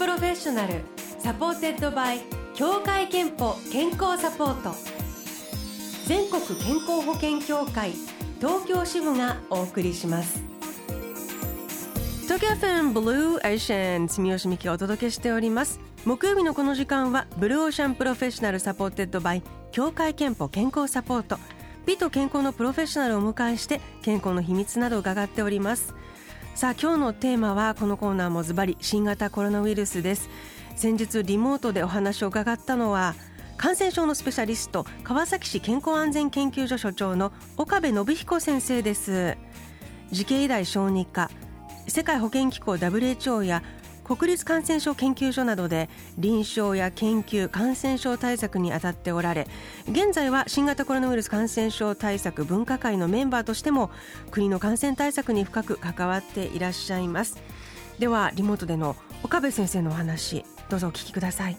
プロフェッショナルサポーテッドバイ協会憲法健康サポート、全国健康保険協会東京支部がお送りします。東京 FM ブルーオーシャン、住吉美希がお届けしております。木曜日のこの時間はブルーオーシャンプロフェッショナルサポーテッドバイ協会憲法健康サポート、美と健康のプロフェッショナルをお迎えして健康の秘密などを伺っております。さあ、今日のテーマはこのコーナーもズバリ新型コロナウイルスです。先日リモートでお話を伺ったのは感染症のスペシャリスト、川崎市健康安全研究所所長の岡部信彦先生です。慈恵医大小児科、世界保健機構 WHO や国立感染症研究所などで臨床や研究、感染症対策に当たっておられ、現在は新型コロナウイルス感染症対策分科会のメンバーとしても国の感染対策に深く関わっていらっしゃいます。ではリモートでの岡部先生のお話、どうぞお聞きください。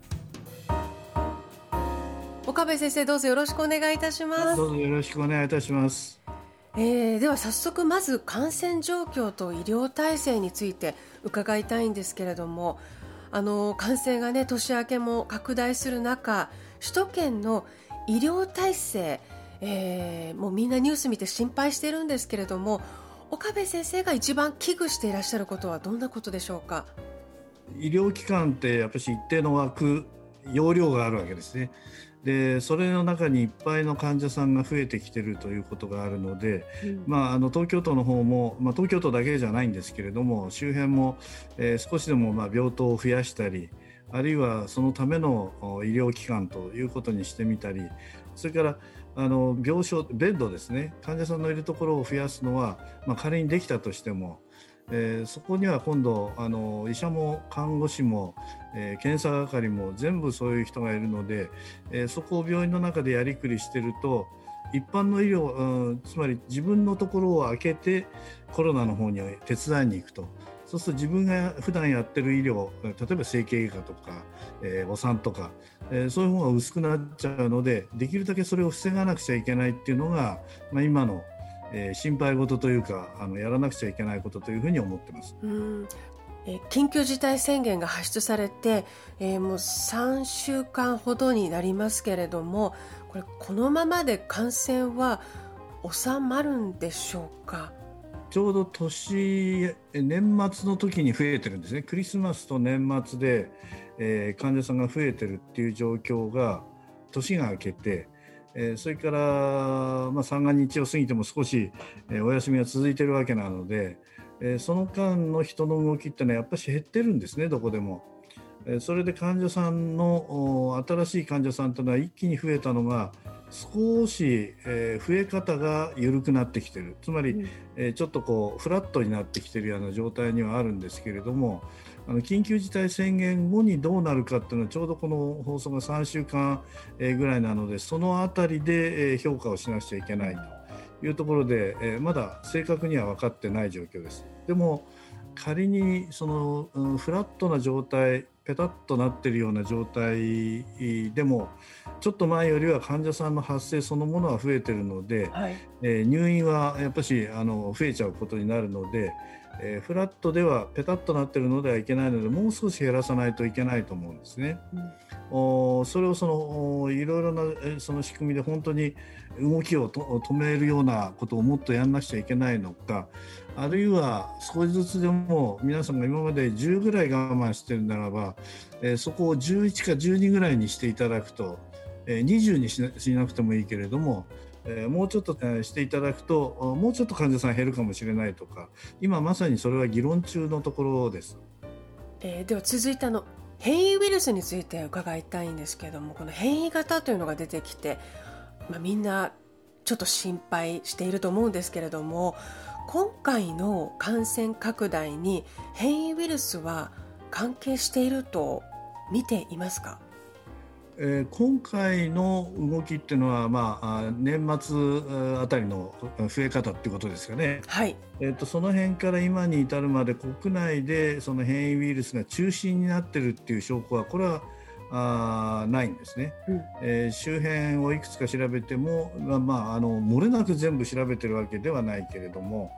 岡部先生、どうぞよろしくお願いいたします。 どうぞよろしくお願いいたします。 では早速、まず感染状況と医療体制について伺いたいんですけれども、感染がね、年明けも拡大する中、首都圏の医療体制、もうみんなニュース見て心配しているんですけれども、岡部先生が一番危惧していらっしゃることはどんなことでしょうか。 医療機関ってやっぱり一定の枠、容量があるわけですね。でそれの中にいっぱいの患者さんが増えてきているということがあるので、東京都の方も、東京都だけじゃないんですけれども、周辺も、少しでも病棟を増やしたり、あるいはそのための医療機関ということにしてみたり、それから病床、ベッドですね、患者さんのいるところを増やすのは、仮にできたとしても、そこには今度医者も看護師も、検査係も全部そういう人がいるので、そこを病院の中でやりくりしていると、一般の医療、つまり自分のところを開けてコロナの方に手伝いに行くと、そうすると自分が普段やってる医療、例えば整形外科とか、お産とか、そういう方が薄くなっちゃうので、できるだけそれを防がなくちゃいけないっていうのが、今の心配事というか、やらなくちゃいけないことというふうに思ってます。 緊急事態宣言が発出されて、もう3週間ほどになりますけれども、このままで感染は収まるんでしょうか。 ちょうど年末の時に増えてるんですね。クリスマスと年末で、患者さんが増えてるっていう状況が年が明けて、それから三が日を過ぎても少し、お休みが続いているわけなので、その間の人の動きってのはやっぱり減ってるんですね、どこでも。それで患者さんの新しい患者さんというのは一気に増えたのが、少し、増え方が緩くなってきている。つまり、ちょっとフラットになってきているような状態にはあるんですけれども、緊急事態宣言後にどうなるかっていうのはちょうどこの放送が3週間ぐらいなので、そのあたりで評価をしなくちゃいけないというところで、まだ正確には分かってない状況です。でも仮にその、フラットな状態、ペタッとなっているような状態でも、ちょっと前よりは患者さんの発生そのものは増えているので、入院はやっぱり増えちゃうことになるので、フラットではペタッとなっているのではいけないので、もう少し減らさないといけないと思うんですね。それをいろいろなその仕組みで本当に動きを止めるようなことをもっとやんなくちゃいけないのか、あるいは少しずつでも皆さんが今まで10ぐらい我慢しているならば、そこを11か12ぐらいにしていただくと、20にしなくてもいいけれども、もうちょっとしていただくと、もうちょっと患者さん減るかもしれないとか、今まさにそれは議論中のところです。 では続いて変異ウイルスについて伺いたいんですけれども、この変異型というのが出てきて、みんなちょっと心配していると思うんですけれども、今回の感染拡大に変異ウイルスは関係していると見ていますか。 今回の動きっていうのは、年末あたりの増え方っていうことですかね。その辺から今に至るまで国内でその変異ウイルスが中心になっているっていう証拠は、これはないんですね。周辺をいくつか調べても、漏れなく全部調べてるわけではないけれども、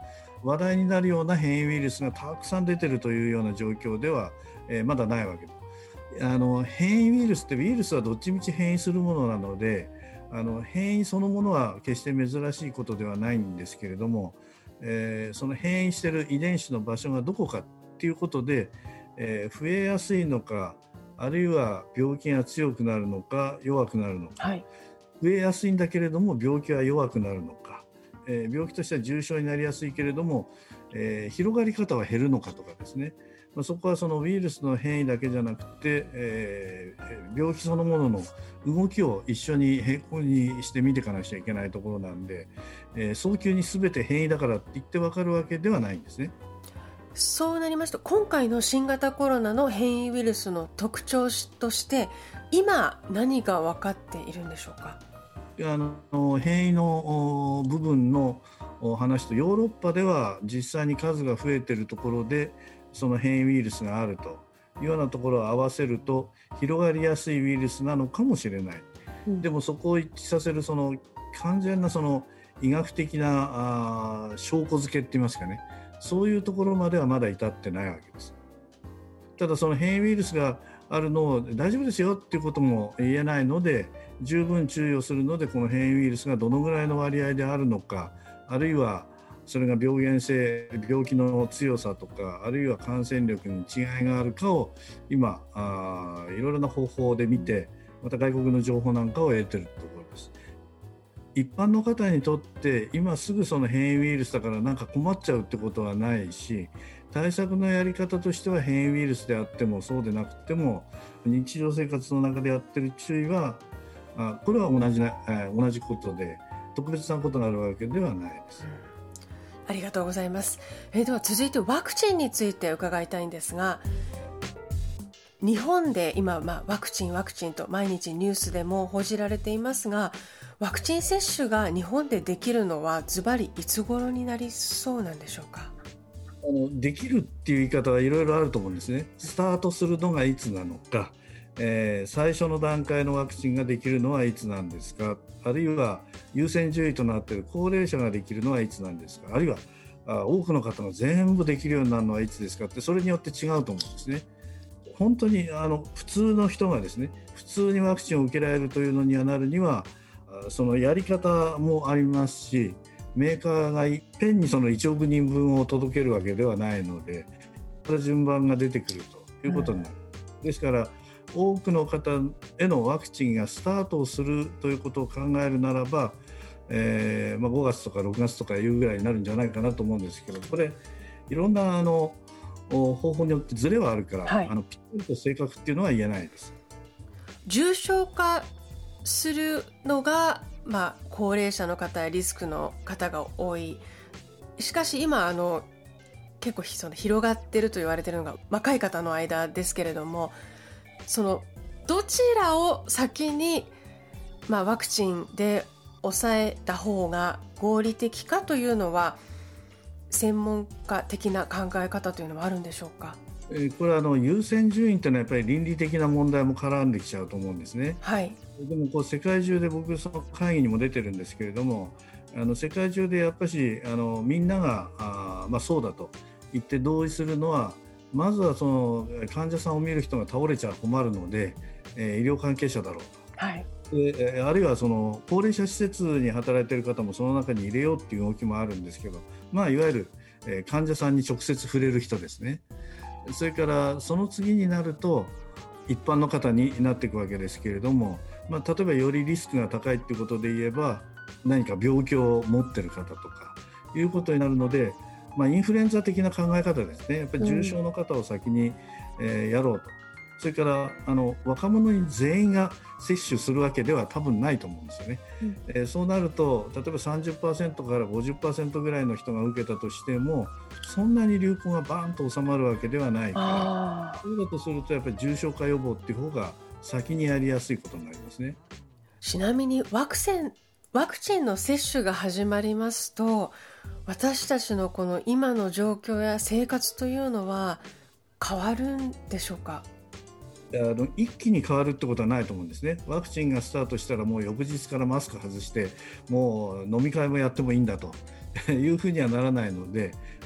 話題になるような変異ウイルスがたくさん出てるというような状況では、まだないわけです。変異ウイルスってウイルスはどっちみち変異するものなので、変異そのものは決して珍しいことではないんですけれども、その変異している遺伝子の場所がどこかっていうことで、増えやすいのか、あるいは病気が強くなるのか弱くなるのか、 はい、 増えやすいんだけれども病気は弱くなるのか、病気としては重症になりやすいけれども、広がり方は減るのかとかですね、そこはそのウイルスの変異だけじゃなくて、病気そのものの動きを一緒に並行にして見ていかなくちゃいけないところなんで、早急に全て変異だからって言って分かるわけではないんですね。 そうなりますと、今回の新型コロナの変異ウイルスの特徴として今何が分かっているんでしょうか。 変異の部分の話と、ヨーロッパでは実際に数が増えているところでその変異ウイルスがあるというようなところを合わせると広がりやすいウイルスなのかもしれない、でもそこを一致させるその完全なその医学的な証拠付けって言いますかね、そういうところまではまだ至ってないわけです。ただその変異ウイルスがあるのを大丈夫ですよっていうことも言えないので、十分注意をするので、この変異ウイルスがどのぐらいの割合であるのか、あるいはそれが病原性、病気の強さとか、あるいは感染力に違いがあるかを今いろいろな方法で見て、また外国の情報なんかを得ているところです。一般の方にとって今すぐその変異ウイルスだからなんか困っちゃうってことはないし、対策のやり方としては変異ウイルスであってもそうでなくても日常生活の中でやってる注意はこれは同じことで特別なことがあるわけではないです。 ありがとうございます。では続いてワクチンについて伺いたいんですが、日本で今、ワクチンと毎日ニュースでも報じられていますが、ワクチン接種が日本でできるのはズバリいつ頃になりそうなんでしょうか。 できるっていう言い方はいろいろあると思うんですね。スタートするのがいつなのか、最初の段階のワクチンができるのはいつなんですか、あるいは優先順位となっている高齢者ができるのはいつなんですか、あるいは多くの方が全部できるようになるのはいつですかって、それによって違うと思うんですね。本当に普通の人がですね、普通にワクチンを受けられるというのにはなるにはそのやり方もありますし、メーカーがいっぺんにその1億人分を届けるわけではないので、順番が出てくるということになる。ですから多くの方へのワクチンがスタートをするということを考えるならば、5月とか6月とかいうぐらいになるんじゃないかなと思うんですけど、これいろんな方法によってズレはあるから、ぴったりと正確っていうのは言えないです。 重症化するのが、高齢者の方やリスクの方が多い。しかし今結構広がっていると言われているのが若い方の間ですけれども、そのどちらを先に、ワクチンで抑えた方が合理的かというのは専門家的な考え方というのはあるんでしょうか。 これは優先順位というのはやっぱり倫理的な問題も絡んできちゃうと思うんですね。 はい、 でも世界中で僕その会議にも出てるんですけれども、世界中でやっぱしみんながそうだと言って同意するのは、まずはその患者さんを見る人が倒れちゃ困るので、医療関係者だろうと、 はい、 あるいはその高齢者施設に働いている方もその中に入れようっていう動きもあるんですけど、いわゆる患者さんに直接触れる人ですね。それからその次になると一般の方になっていくわけですけれども、例えばよりリスクが高いということで言えば何か病気を持っている方とかいうことになるので、インフルエンザ的な考え方ですね。やっぱり重症の方を先に、やろうと。それから若者に全員が接種するわけでは多分ないと思うんですよね。そうなると例えば 30% から 50% ぐらいの人が受けたとしてもそんなに流行がバーンと収まるわけではないから、そうだとするとやっぱり重症化予防っていう方が先にやりやすいことになりますね。 ちなみにワクチンの接種が始まりますと、私たちのこの今の状況や生活というのは変わるんでしょうか。 一気に変わるってことはないと思うんですね。ワクチンがスタートしたらもう翌日からマスク外してもう飲み会もやってもいいんだというふうにはならないので、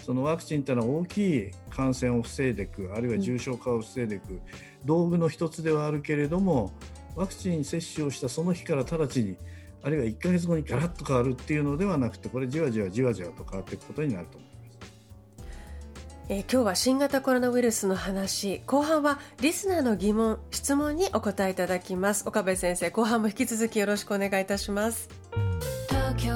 そのワクチンというのは大きい感染を防いでいく、あるいは重症化を防いでいく道具の一つではあるけれども、ワクチン接種をしたその日から直ちに、あるいは1ヶ月後にガラッと変わるっていうのではなくて、これじわじわじわじわと変わっていくことになると思います。 今日は新型コロナウイルスの話、後半はリスナーの疑問・質問にお答えいただきます。岡部先生、後半も引き続きよろしくお願いいたします。東京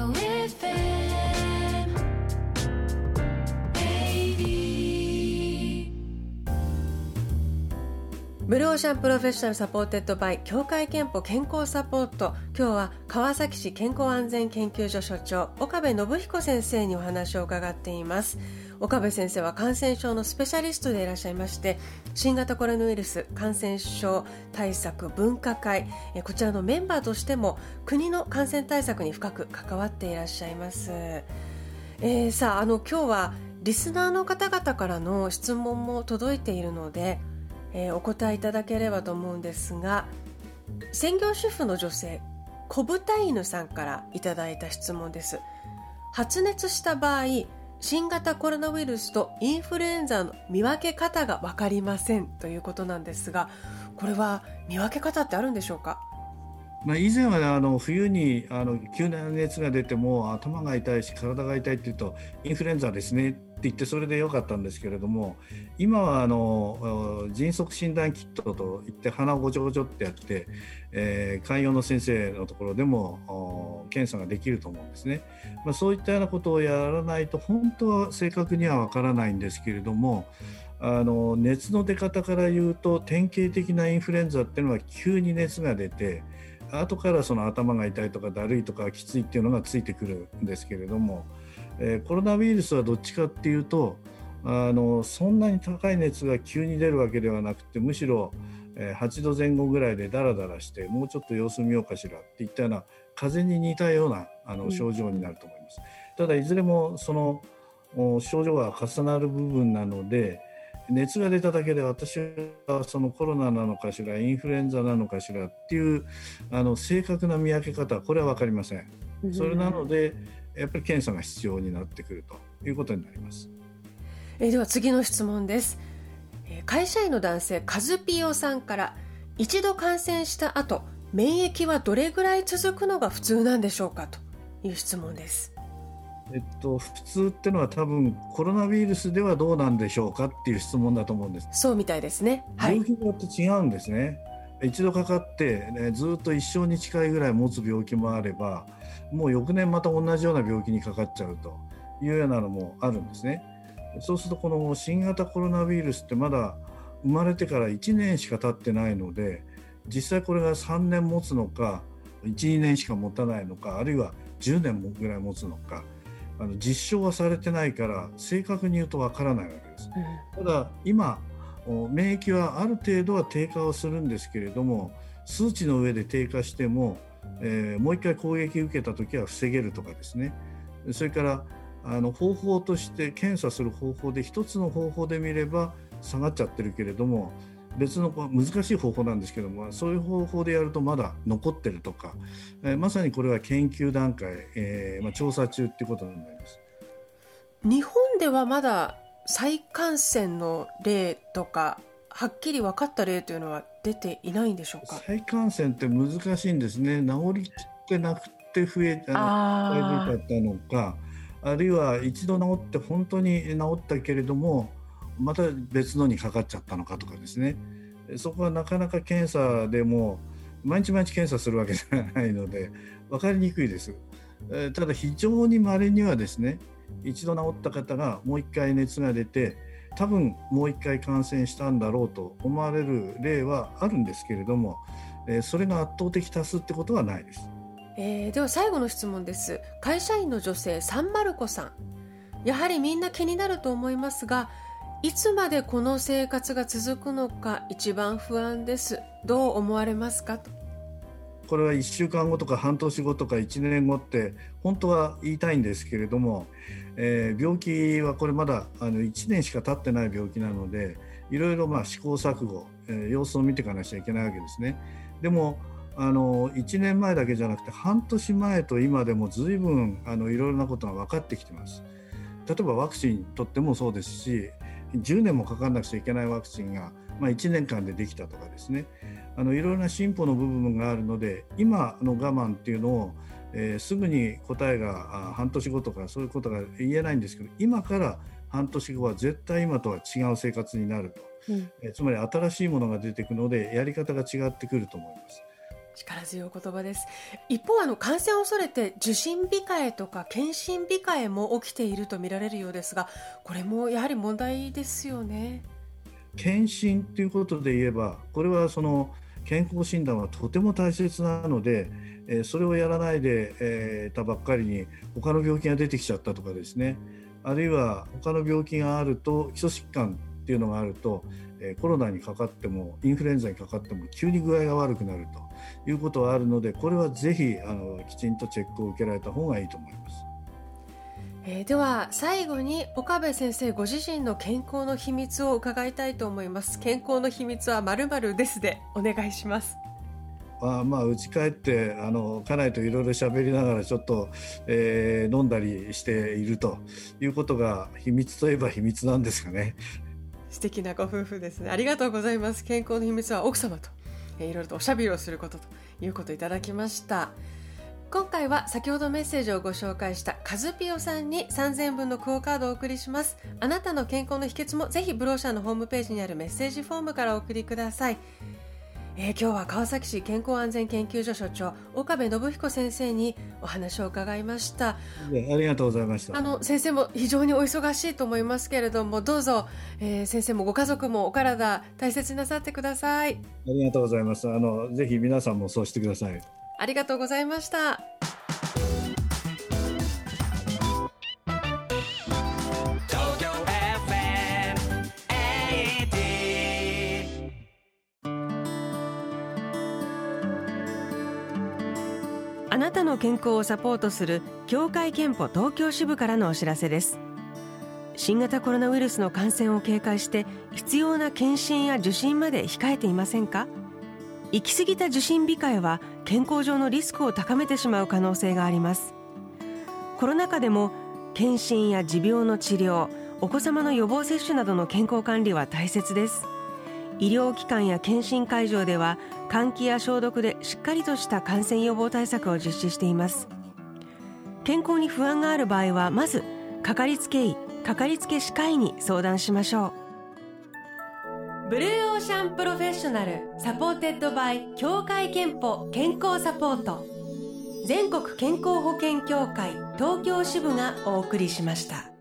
ブルーオーシャンプロフェッショナルサポーテッドバイ協会憲法健康サポート。今日は川崎市健康安全研究所所長岡部信彦先生にお話を伺っています。岡部先生は感染症のスペシャリストでいらっしゃいまして、新型コロナウイルス感染症対策分科会、こちらのメンバーとしても国の感染対策に深く関わっていらっしゃいます。さあ、今日はリスナーの方々からの質問も届いているので、お答えいただければと思うんですが、専業主婦の女性小豚犬さんからいただいた質問です。発熱した場合、新型コロナウイルスとインフルエンザの見分け方が分かりませんということなんですが、これは見分け方ってあるんでしょうか？ 以前は冬に急な熱が出ても頭が痛いし体が痛いって言うとインフルエンザですねって言ってそれでよかったんですけれども、今は迅速診断キットといって鼻をごちょごちょってやって、肝陽の先生のところでも検査ができると思うんですね。そういったようなことをやらないと本当は正確にはわからないんですけれども、熱の出方から言うと典型的なインフルエンザっていうのは急に熱が出て、後からその頭が痛いとかだるいとかきついっていうのがついてくるんですけれども、コロナウイルスはどっちかっていうとそんなに高い熱が急に出るわけではなくて、むしろ8度前後ぐらいでダラダラしてもうちょっと様子見ようかしらっていったような風邪に似たような症状になると思います。ただいずれもその症状が重なる部分なので、熱が出ただけで私はそのコロナなのかしらインフルエンザなのかしらっていう正確な見分け方はこれは分かりません。それなのでやっぱり検査が必要になってくるということになります。 では次の質問です。会社員の男性カズピオさんから、一度感染した後免疫はどれぐらい続くのが普通なんでしょうかという質問です。 普通ってのは多分コロナウイルスではどうなんでしょうかっていう質問だと思うんです。 そうみたいですね。 病気によって違うんですね。一度かかって、ずっと一生に近いぐらい持つ病気もあれば、もう翌年また同じような病気にかかっちゃうというようなのもあるんですね。そうするとこの新型コロナウイルスってまだ生まれてから1年しか経ってないので、実際これが3年持つのか 1,2 年しか持たないのか、あるいは10年ぐらい持つのか、実証はされてないから正確に言うとわからないわけです。ただ今免疫はある程度は低下をするんですけれども、数値の上で低下しても、もう一回攻撃を受けた時は防げるとかですね。それから方法として検査する方法で一つの方法で見れば下がっちゃってるけれども、別の難しい方法なんですけども、そういう方法でやるとまだ残ってるとか、まさにこれは研究段階、調査中っていうことになります。 日本ではまだ再感染の例とかはっきり分かった例というのは出ていないんでしょうか？ 再感染って難しいんですね。治りきってなくて増えちゃったのか、あるいは一度治って本当に治ったけれどもまた別のにかかっちゃったのかとかですね。そこはなかなか検査でも毎日毎日検査するわけじゃないので分かりにくいです。ただ非常に稀にはですね、一度治った方がもう一回熱が出て多分もう一回感染したんだろうと思われる例はあるんですけれども、それが圧倒的多数ってことはないです。 では最後の質問です。会社員の女性サンマルコさん、やはりみんな気になると思いますが、いつまでこの生活が続くのか一番不安です。どう思われますかと。 これは1週間後とか半年後とか1年後って本当は言いたいんですけれども、病気はこれまだ1年しか経ってない病気なので、いろいろ試行錯誤、様子を見ていかなきゃいけないわけですね。でも1年前だけじゃなくて半年前と今でも随分いろいろなことが分かってきてます。 例えばワクチンにとってもそうですし、10年もかかんなくちゃいけないワクチンが、1年間でできたとかですね、いろいろな進歩の部分があるので、今の我慢っていうのを、すぐに答えが半年後とかそういうことが言えないんですけど、今から半年後は絶対今とは違う生活になると、つまり新しいものが出てくるのでやり方が違ってくると思います。 力強い言葉です。一方、感染を恐れて受診控えとか検診控えも起きていると見られるようですが、これもやはり問題ですよね。 検診ということで言えば、これはその健康診断はとても大切なので、それをやらないで、たばっかりに他の病気が出てきちゃったとかですね、あるいは他の病気があると、基礎疾患っていうのがあると、コロナにかかってもインフルエンザにかかっても急に具合が悪くなるということはあるので、これはぜひきちんとチェックを受けられた方がいいと思います。 では最後に岡部先生ご自身の健康の秘密を伺いたいと思います。健康の秘密は〇〇ですでお願いします。 家帰って家内といろいろ喋りながらちょっと、飲んだりしているということが秘密といえば秘密なんですかね。 素敵なご夫婦ですね。ありがとうございます。健康の秘密は奥様と、いろいろとおしゃべりをすることということをいただきました。今回は先ほどメッセージをご紹介したカズピオさんに3000円分のクオカードをお送りします。あなたの健康の秘訣もぜひブローシャーのホームページにあるメッセージフォームからお送りください。今日は川崎市健康安全研究所所長岡部信彦先生にお話を伺いました。 ありがとうございました。 先生も非常にお忙しいと思いますけれども、どうぞ、先生もご家族もお体大切になさってください。 ありがとうございます。ぜひ皆さんもそうしてください。 ありがとうございました。あなたの健康をサポートする協会憲法東京支部からのお知らせです。新型コロナウイルスの感染を警戒して必要な検診や受診まで控えていませんか？行き過ぎた受診控えは健康上のリスクを高めてしまう可能性があります。コロナ禍でも検診や持病の治療、お子様の予防接種などの健康管理は大切です。医療機関や検診会場では換気や消毒でしっかりとした感染予防対策を実施しています。健康に不安がある場合はまずかかりつけ医、かかりつけ歯科医に相談しましょう。ブルーオーシャンプロフェッショナルサポーテッドバイ協会憲法健康サポート、全国健康保険協会東京支部がお送りしました。